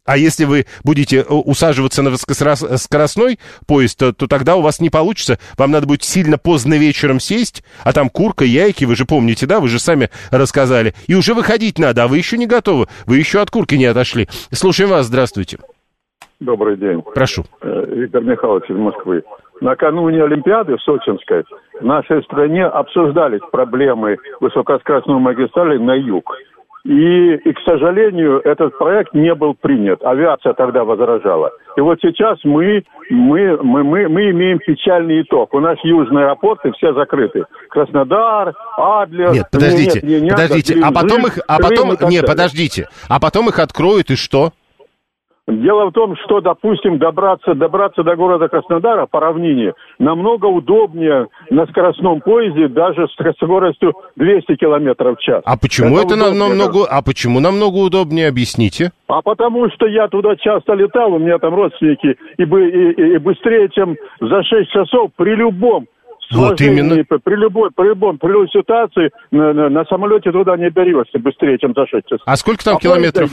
А если вы будете усаживаться на высокоскоростной поезд, то, то тогда у вас не получится. Вам надо будет сильно поздно вечером сесть, а там курка, яйки, вы же помните, да? Вы же сами рассказали. И уже выходить надо, а вы еще не готовы. Вы еще от курки не отошли. Слушаем вас, здравствуйте. Добрый день. Прошу. Виктор Михайлович из Москвы. Накануне Олимпиады сочинской в нашей стране обсуждались проблемы высокоскоростной магистрали на юг. И, и, к сожалению, этот проект не был принят. Авиация тогда возражала. И вот сейчас мы, мы, мы, мы, мы имеем печальный итог. У нас южные аэропорты все закрыты. Краснодар, Адлер... Нет, подождите, нет, Леняга, подождите. Гринджин, а потом их... А потом... Нет, далее. подождите. А потом их откроют, и что? Дело в том, что, допустим, добраться, добраться до города Краснодара по равнине намного удобнее на скоростном поезде, даже с скоростью двести километров в час. А почему это, это намного, да? а почему намного удобнее, объясните? А потому что я туда часто летал, у меня там родственники, и, бы, и, и быстрее, чем за шесть часов при любом Вот именно. При любой, при любом, при любой ситуации на, на, на самолете туда не берешься быстрее, чем за шесть часов. А сколько там а километров?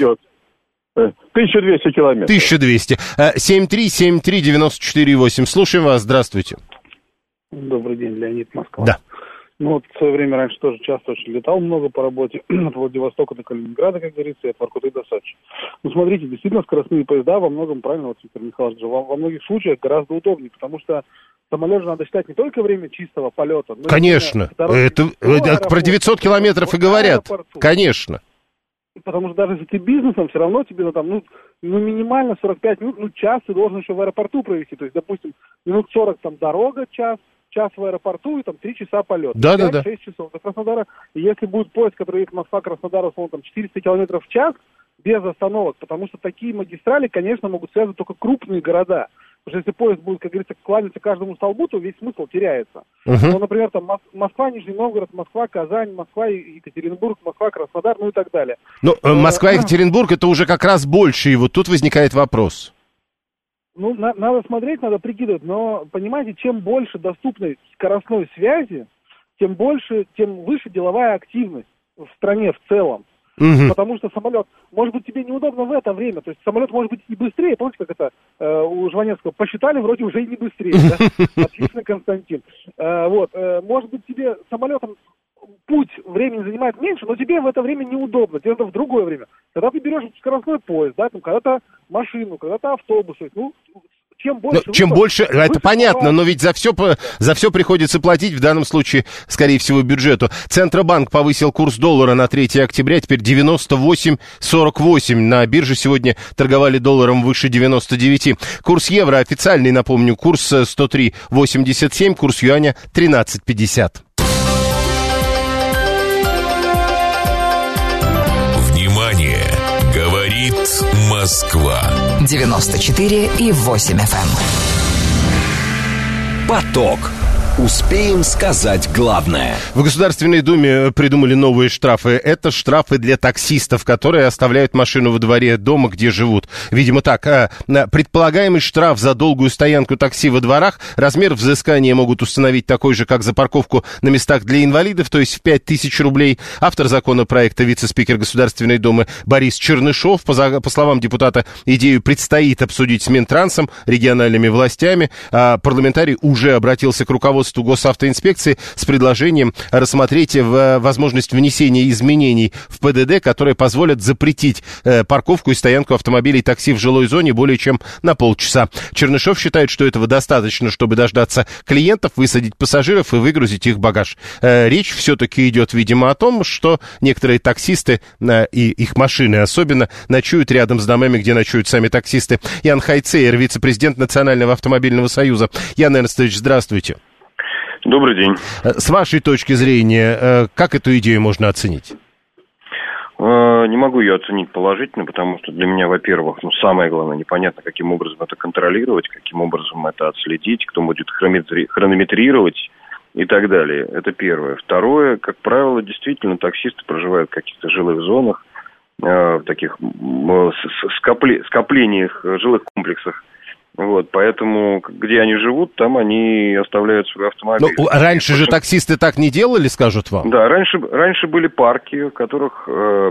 тысяча двести километров. тысяча двести. семь три семь три девяносто четыре восемь. Слушаем вас. Здравствуйте. Добрый день, Леонид, Москва. Да. Ну вот в свое время раньше тоже часто очень летал много по работе. От Владивостока до Калининграда, как говорится, и от Воркуты до Сочи. Ну смотрите, действительно скоростные поезда во многом, правильно, вот Виктор Михайлович, во, во многих случаях гораздо удобнее, потому что самолет же надо считать не только время чистого полета. Но Конечно. Это, это про девятьсот километров и говорят. Конечно. Потому что даже если ты бизнесом, все равно тебе ну, там, ну, ну, минимально сорок пять минут, ну, час ты должен еще в аэропорту провести. То есть, допустим, минут сорок там дорога, час, час в аэропорту и там три часа полет. Да, да, да. шесть часов до Краснодара. И если будет поезд, который едет Москва-Краснодар, условно, там четыреста километров в час, без остановок, потому что такие магистрали, конечно, могут связывать только крупные города. Потому что если поезд будет, как говорится, кланяться каждому столбу, то весь смысл теряется. Uh-huh. Ну, например, там Москва, Нижний Новгород, Москва, Казань, Москва, Екатеринбург, Москва, Краснодар, ну и так далее. Ну, Москва, Екатеринбург, это уже как раз больше, и вот тут возникает вопрос. Ну, на- надо смотреть, надо прикидывать, но, понимаете, чем больше доступной скоростной связи, тем больше, тем выше деловая активность в стране в целом. Угу. Потому что самолет, может быть, тебе неудобно в это время, то есть самолет может быть и быстрее, помните, как это э, у Жванецкого, посчитали, вроде уже и не быстрее, да? Отлично, Константин. Э, вот, э, может быть, тебе самолетом путь времени занимает меньше, но тебе в это время неудобно, тебе надо в другое время. Когда ты берешь скоростной поезд, да, там, когда-то машину, когда-то автобус, ну, чем больше... Ну, чем выпуск, больше, это выпуск, понятно, да. Но ведь за все, за все приходится платить, в данном случае, скорее всего, бюджету. Центробанк повысил курс доллара на третье октября, теперь девяносто восемь сорок восемь. На бирже сегодня торговали долларом выше девяносто девять. Курс евро официальный, напомню, курс сто три восемьдесят семь, курс юаня тринадцать пятьдесят. Внимание! Говорит Москва. девяносто четыре и восемь эф эм. Поток. Успеем сказать главное. В Государственной Думе придумали новые штрафы. Это штрафы для таксистов, которые оставляют машину во дворе дома, где живут. Видимо, так. Предполагаемый штраф за долгую стоянку такси во дворах. Размер взыскания могут установить такой же, как за парковку на местах для инвалидов, то есть в пять тысяч рублей. Автор законопроекта, вице-спикер Государственной Думы Борис Чернышов. По, по словам депутата, идею предстоит обсудить с Минтрансом, региональными властями. А парламентарий уже обратился к руководству Госавтоинспекции с предложением рассмотреть возможность внесения изменений в ПДД, которые позволят запретить парковку и стоянку автомобилей такси в жилой зоне более чем на полчаса. Чернышов считает, что этого достаточно, чтобы дождаться клиентов, высадить пассажиров и выгрузить их багаж. Речь все-таки идет, видимо, о том, что некоторые таксисты и их машины особенно ночуют рядом с домами, где ночуют сами таксисты. Ян Хайцейер, вице-президент Национального автомобильного союза. Ян Эрнстович, здравствуйте. Добрый день. С вашей точки зрения, как эту идею можно оценить? Не могу ее оценить положительно, потому что для меня, во-первых, ну, самое главное, непонятно, каким образом это контролировать, каким образом это отследить, кто будет хронометрировать и так далее. Это первое. Второе, как правило, действительно, таксисты проживают в каких-то жилых зонах, в таких скоплениях, жилых комплексах. Вот, поэтому, где они живут, там они оставляют свой автомобиль. Ну, раньше же таксисты так не делали, скажут вам? Да, раньше, раньше были парки, в которых э,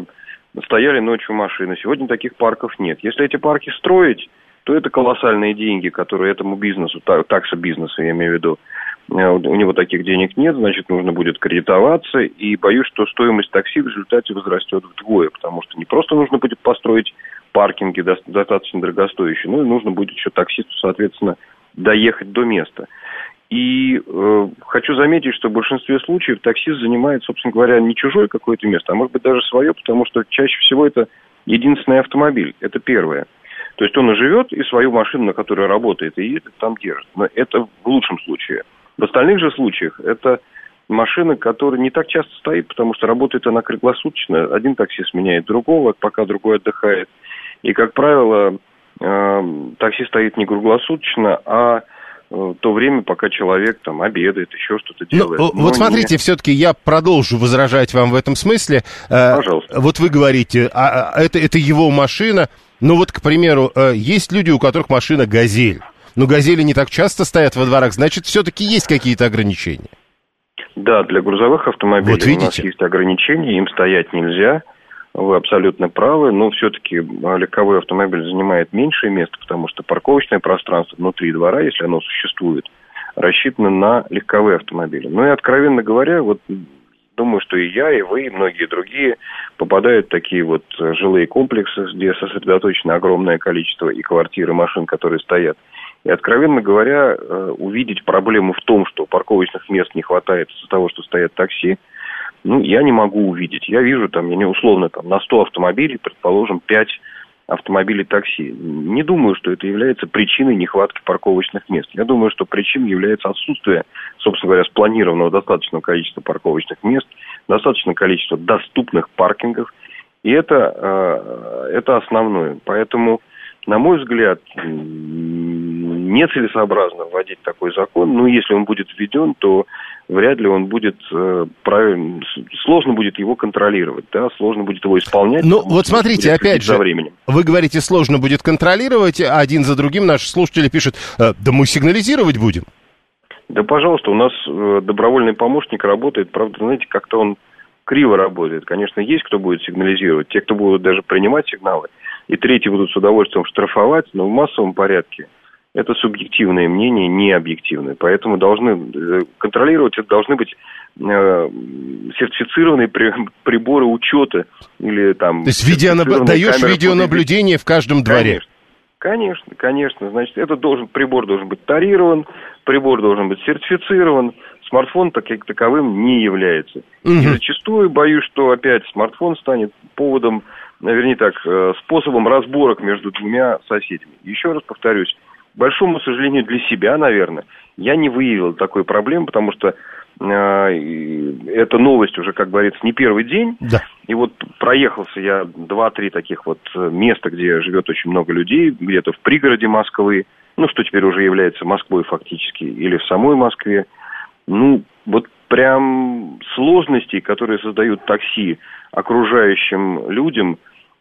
стояли ночью машины. Сегодня таких парков нет. Если эти парки строить, то это колоссальные деньги, которые этому бизнесу, таксо-бизнесу, я имею в виду, у него таких денег нет, значит, нужно будет кредитоваться, и боюсь, что стоимость такси в результате возрастет вдвое, потому что не просто нужно будет построить паркинги достаточно дорогостоящие, но и нужно будет еще таксисту, соответственно, доехать до места. И э, хочу заметить, что в большинстве случаев таксист занимает, собственно говоря, не чужое какое-то место, а может быть даже свое, потому что чаще всего это единственный автомобиль, это первое. То есть он и живет, и свою машину, на которой работает, и едет, там держит. Но это в лучшем случае. В остальных же случаях это машина, которая не так часто стоит, потому что работает она круглосуточно. Один таксист меняет другого, пока другой отдыхает. И, как правило, э, такси стоит не круглосуточно, а в то время, пока человек там обедает, еще что-то делает. Ну, вот смотрите, не... все-таки я продолжу возражать вам в этом смысле. Пожалуйста. Вот вы говорите, а, это, это его машина. Ну вот, к примеру, есть люди, у которых машина «Газель». Но «Газели» не так часто стоят во дворах, значит, все-таки есть какие-то ограничения. Да, для грузовых автомобилей вот видите? У нас есть ограничения, им стоять нельзя. Вы абсолютно правы, но все-таки легковой автомобиль занимает меньшее место, потому что парковочное пространство внутри двора, если оно существует, рассчитано на легковые автомобили. Ну и, откровенно говоря, вот думаю, что и я, и вы, и многие другие попадают в такие вот жилые комплексы, где сосредоточено огромное количество и квартир, и машин, которые стоят. И, откровенно говоря, увидеть проблему в том, что парковочных мест не хватает из-за того, что стоят такси, ну, я не могу увидеть. Я вижу там, я не условно, там, на сто автомобилей, предположим, пять автомобилей такси. Не думаю, что это является причиной нехватки парковочных мест. Я думаю, что причиной является отсутствие, собственно говоря, спланированного достаточного количества парковочных мест, достаточное количество доступных паркингов. И это, это основное. Поэтому, на мой взгляд, нецелесообразно вводить такой закон. Но если он будет введен, то вряд ли он будет э, правильно, сложно будет его контролировать, да, сложно будет его исполнять. Ну, вот смотрите, опять же, вы говорите, сложно будет контролировать, а один за другим наши слушатели пишут, э, да мы сигнализировать будем. Да, пожалуйста, у нас э, добровольный помощник работает, правда, знаете, как-то он криво работает. Конечно, есть кто будет сигнализировать, те, кто будут даже принимать сигналы, и третьи будут с удовольствием штрафовать, но в массовом порядке. Это субъективное мнение, не объективное. Поэтому должны контролировать, это должны быть э, сертифицированные при, приборы учета или там... То есть видеонаб... даешь видеонаблюдение в каждом дворе? Конечно, конечно, конечно. Значит, этот должен, прибор должен быть тарирован, прибор должен быть сертифицирован, смартфон так, как таковым не является. Угу. И зачастую боюсь, что опять смартфон станет поводом, вернее так, способом разборок между двумя соседями. Еще раз повторюсь, к большому сожалению для себя, наверное, я не выявил такой проблемы, потому что э, эта новость уже, как говорится, не первый день. Да. И вот проехался я два-три таких вот места, где живет очень много людей, где-то в пригороде Москвы, ну, что теперь уже является Москвой фактически, или в самой Москве. Ну, вот прям сложностей, которые создают такси окружающим людям,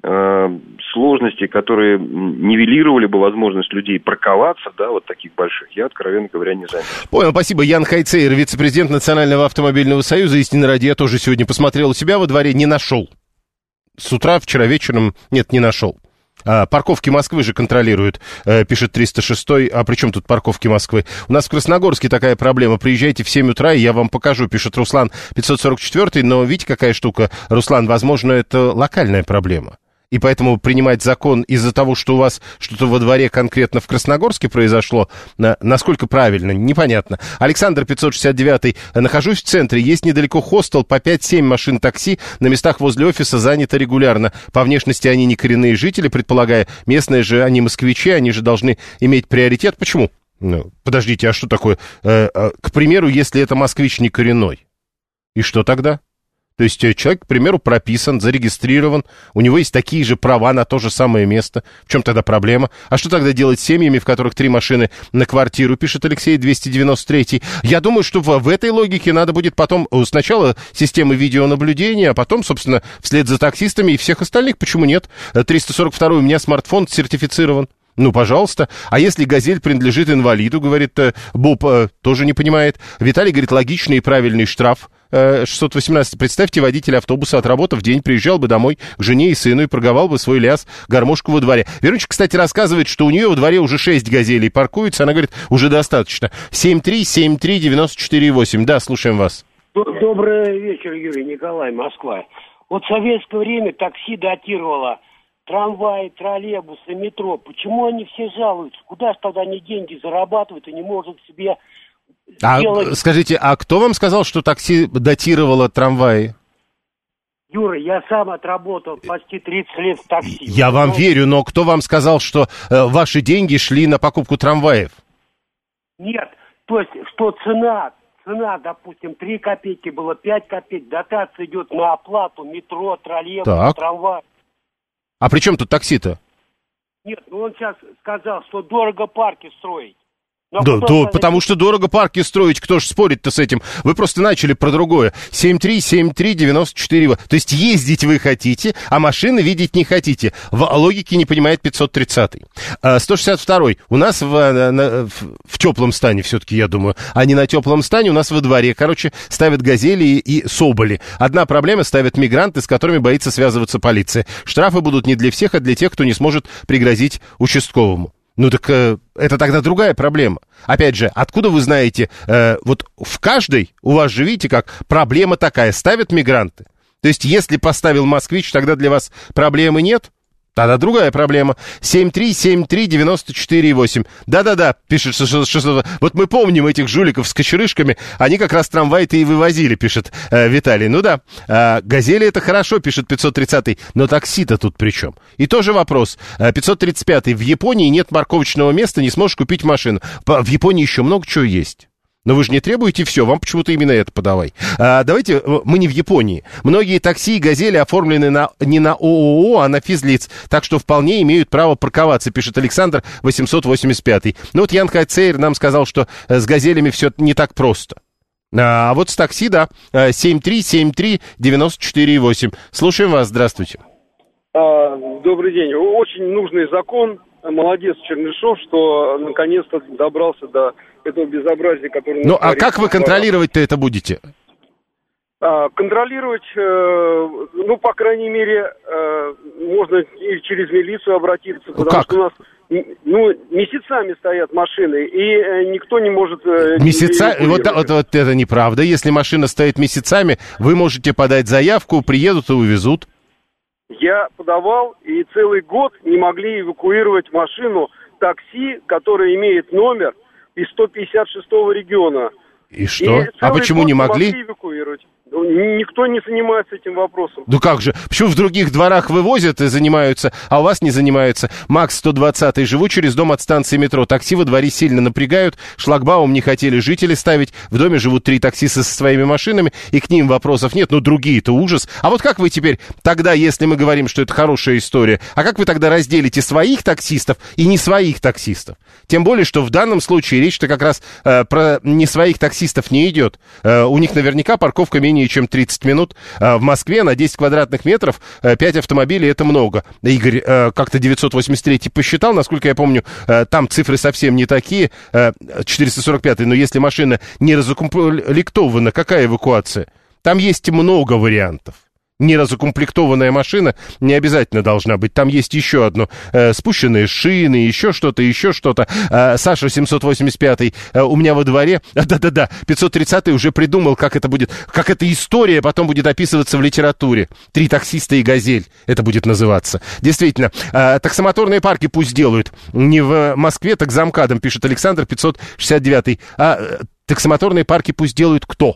сложности, которые нивелировали бы возможность людей парковаться, да, вот таких больших, я, откровенно говоря, не заметил. Понял, спасибо. Ян Хайцейер, вице-президент Национального автомобильного союза. Истинно ради, я тоже сегодня посмотрел у себя во дворе, не нашел. С утра, вчера вечером, нет, не нашел. А, парковки Москвы же контролируют, э, пишет триста шестой. А при чем тут парковки Москвы? У нас в Красногорске такая проблема. Приезжайте в семь утра, и я вам покажу, пишет Руслан пятьсот сорок четыре. Но видите, какая штука, Руслан, возможно, это локальная проблема. И поэтому принимать закон из-за того, что у вас что-то во дворе конкретно в Красногорске произошло, на, насколько правильно, непонятно. Александр пятьсот шестьдесят девять. Нахожусь в центре, есть недалеко хостел, по пять-семь машин такси, на местах возле офиса занято регулярно. По внешности они не коренные жители, предполагая, местные же они москвичи, они же должны иметь приоритет. Почему? Ну, подождите, а что такое? Э, э, к примеру, если это москвич не коренной, и что тогда? То есть человек, к примеру, прописан, зарегистрирован, у него есть такие же права на то же самое место. В чем тогда проблема? А что тогда делать с семьями, в которых три машины на квартиру, пишет Алексей двести девяносто три. Я думаю, что в, в этой логике надо будет потом сначала системы видеонаблюдения, а потом, собственно, вслед за таксистами и всех остальных. Почему нет? триста сорок два. У меня смартфон сертифицирован. Ну, пожалуйста. А если «Газель» принадлежит инвалиду, говорит Боб, тоже не понимает. Виталий говорит, логичный и правильный штраф шестьсот восемнадцать. Представьте, водитель автобуса, отработав день, приезжал бы домой к жене и сыну и проговал бы свой ляс гармошку во дворе. Верунчик, кстати, рассказывает, что у нее во дворе уже шесть газелей паркуются. Она говорит, уже достаточно. семь три семь три девяносто четыре восемь. Да, слушаем вас. Добрый вечер, Юрий, Николай, Москва. Вот в советское время такси датировало трамваи, троллейбусы, метро. Почему они все жалуются? Куда же тогда они деньги зарабатывают и не может себе а, сделать... Скажите, а кто вам сказал, что такси датировало трамваи? Юра, я сам отработал почти тридцать лет в такси. Я вам но... верю, но кто вам сказал, что э, ваши деньги шли на покупку трамваев? Нет, то есть, что цена... Цена, допустим, три копейки было, пять копеек, дотация идет на оплату метро, троллейбус, так. трамвай. А при чем тут такси-то? Нет, ну он сейчас сказал, что дорого парки строить. Но да, да, потому что дорого парки строить, кто ж спорит-то с этим? Вы просто начали про другое. семь три семь три девяносто четыре. То есть ездить вы хотите, а машины видеть не хотите. В логике не понимает пятьсот тридцатый. сто шестьдесят второй. У нас в, на, в, в теплом стане все-таки, я думаю, а не на теплом стане, у нас во дворе. Короче, ставят газели и, и соболи. Одна проблема — ставят мигранты, с которыми боится связываться полиция. Штрафы будут не для всех, а для тех, кто не сможет пригрозить участковому. Ну так э, это тогда другая проблема. Опять же, откуда вы знаете, э, вот в каждой, у вас же, видите, как проблема такая, ставят мигранты. То есть если поставил москвич, тогда для вас проблемы нет? Тогда другая проблема. семь три семь три девяносто четыре восемь. Да-да-да, пишет что, что, что вот мы помним этих жуликов с кочерышками, они как раз трамвай-то и вывозили, пишет э, Виталий. Ну да, э, газели это хорошо, пишет пятьсот тридцатый, но такси-то тут при чем? И тоже вопрос. Э, пятьсот тридцать пятый. В Японии нет парковочного места, не сможешь купить машину. В Японии еще много чего есть. Но вы же не требуете все, вам почему-то именно это подавай. А, давайте, мы не в Японии. Многие такси и газели оформлены на, не на ООО, а на физлиц, так что вполне имеют право парковаться, пишет Александр восемьсот восемьдесят пятый. Ну вот Ян Хайцейр нам сказал, что с газелями все не так просто. А вот с такси, да, семь три семь три девяносто четыре восемь. Слушаем вас, здравствуйте. А, добрый день. Очень нужный закон. Молодец Чернышов, что наконец-то добрался до этого безобразия, которое... Ну, а как вы контролировать-то это будете? А, контролировать, э, ну, по крайней мере, э, можно и через милицию обратиться, потому как? что у нас, ну, месяцами стоят машины, и э, никто не может... Э, Месяца... Вот, вот, вот это неправда. Если машина стоит месяцами, вы можете подать заявку, приедут и увезут. Я подавал, и целый год не могли эвакуировать машину такси, которая имеет номер из сто пятьдесят шестого региона. И что? И а почему не могли? Не могли эвакуировать. Никто не занимается этим вопросом. Ну как же? Почему в других дворах вывозят и занимаются, а у вас не занимаются? Макс сто двадцатый. Живу через дом от станции метро. Такси во дворе сильно напрягают. Шлагбаум не хотели жители ставить. В доме живут три таксиста со своими машинами, и к ним вопросов нет. Но другие-то ужас. А вот как вы теперь тогда, если мы говорим, что это хорошая история, а как вы тогда разделите своих таксистов и не своих таксистов? Тем более, что в данном случае речь-то как раз э, про не своих таксистов не идет. Э, у них наверняка парковка менее чем тридцать минут. В Москве на десять квадратных метров пять автомобилей — это много. Игорь как-то девятьсот восемьдесят третий посчитал, насколько я помню, там цифры совсем не такие, четыреста сорок пятый, но если машина не разукомплектована, какая эвакуация? Там есть много вариантов. Неразукомплектованная машина не обязательно должна быть. Там есть еще одно. Э, спущенные шины, еще что-то, еще что-то. Э, Саша семьсот восемьдесят пятый. Э, у меня во дворе... А, да-да-да, пятьсот тридцатый уже придумал, как это будет... Как эта история потом будет описываться в литературе. «Три таксиста и газель» это будет называться. Действительно. Э, таксомоторные парки пусть делают. Не в Москве, так за МКАДом, пишет Александр пятьсот шестьдесят девятый. А э, таксомоторные парки пусть делают кто?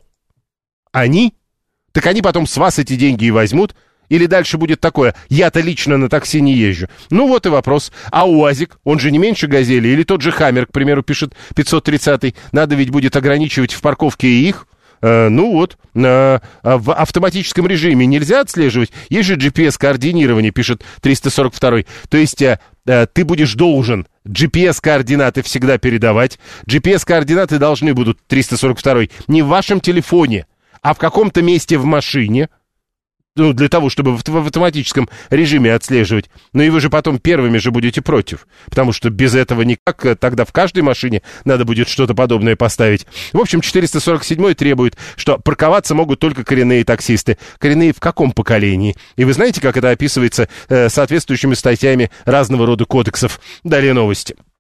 Они? Так они потом с вас эти деньги и возьмут. Или дальше будет такое: я-то лично на такси не езжу. Ну вот и вопрос. А УАЗик, он же не меньше «Газели», или тот же «Хаммер», к примеру, пишет пятьсот тридцатый. Надо ведь будет ограничивать в парковке и их. Э, ну вот, э, в автоматическом режиме нельзя отслеживать. Есть же джи пи эс-координирование, пишет триста сорок второй. То есть э, э, ты будешь должен джи пи эс-координаты всегда передавать. джи пи эс-координаты должны будут, триста сорок второй, не в вашем телефоне, а в каком-то месте в машине. ну, для того, чтобы в, в автоматическом режиме отслеживать. Но и вы же потом первыми же будете против, потому что без этого никак, тогда в каждой машине надо будет что-то подобное поставить. В общем, четыреста сорок седьмой требует, что парковаться могут только коренные таксисты. Коренные в каком поколении? И вы знаете, как это описывается э, соответствующими статьями разного рода кодексов? Далее новости.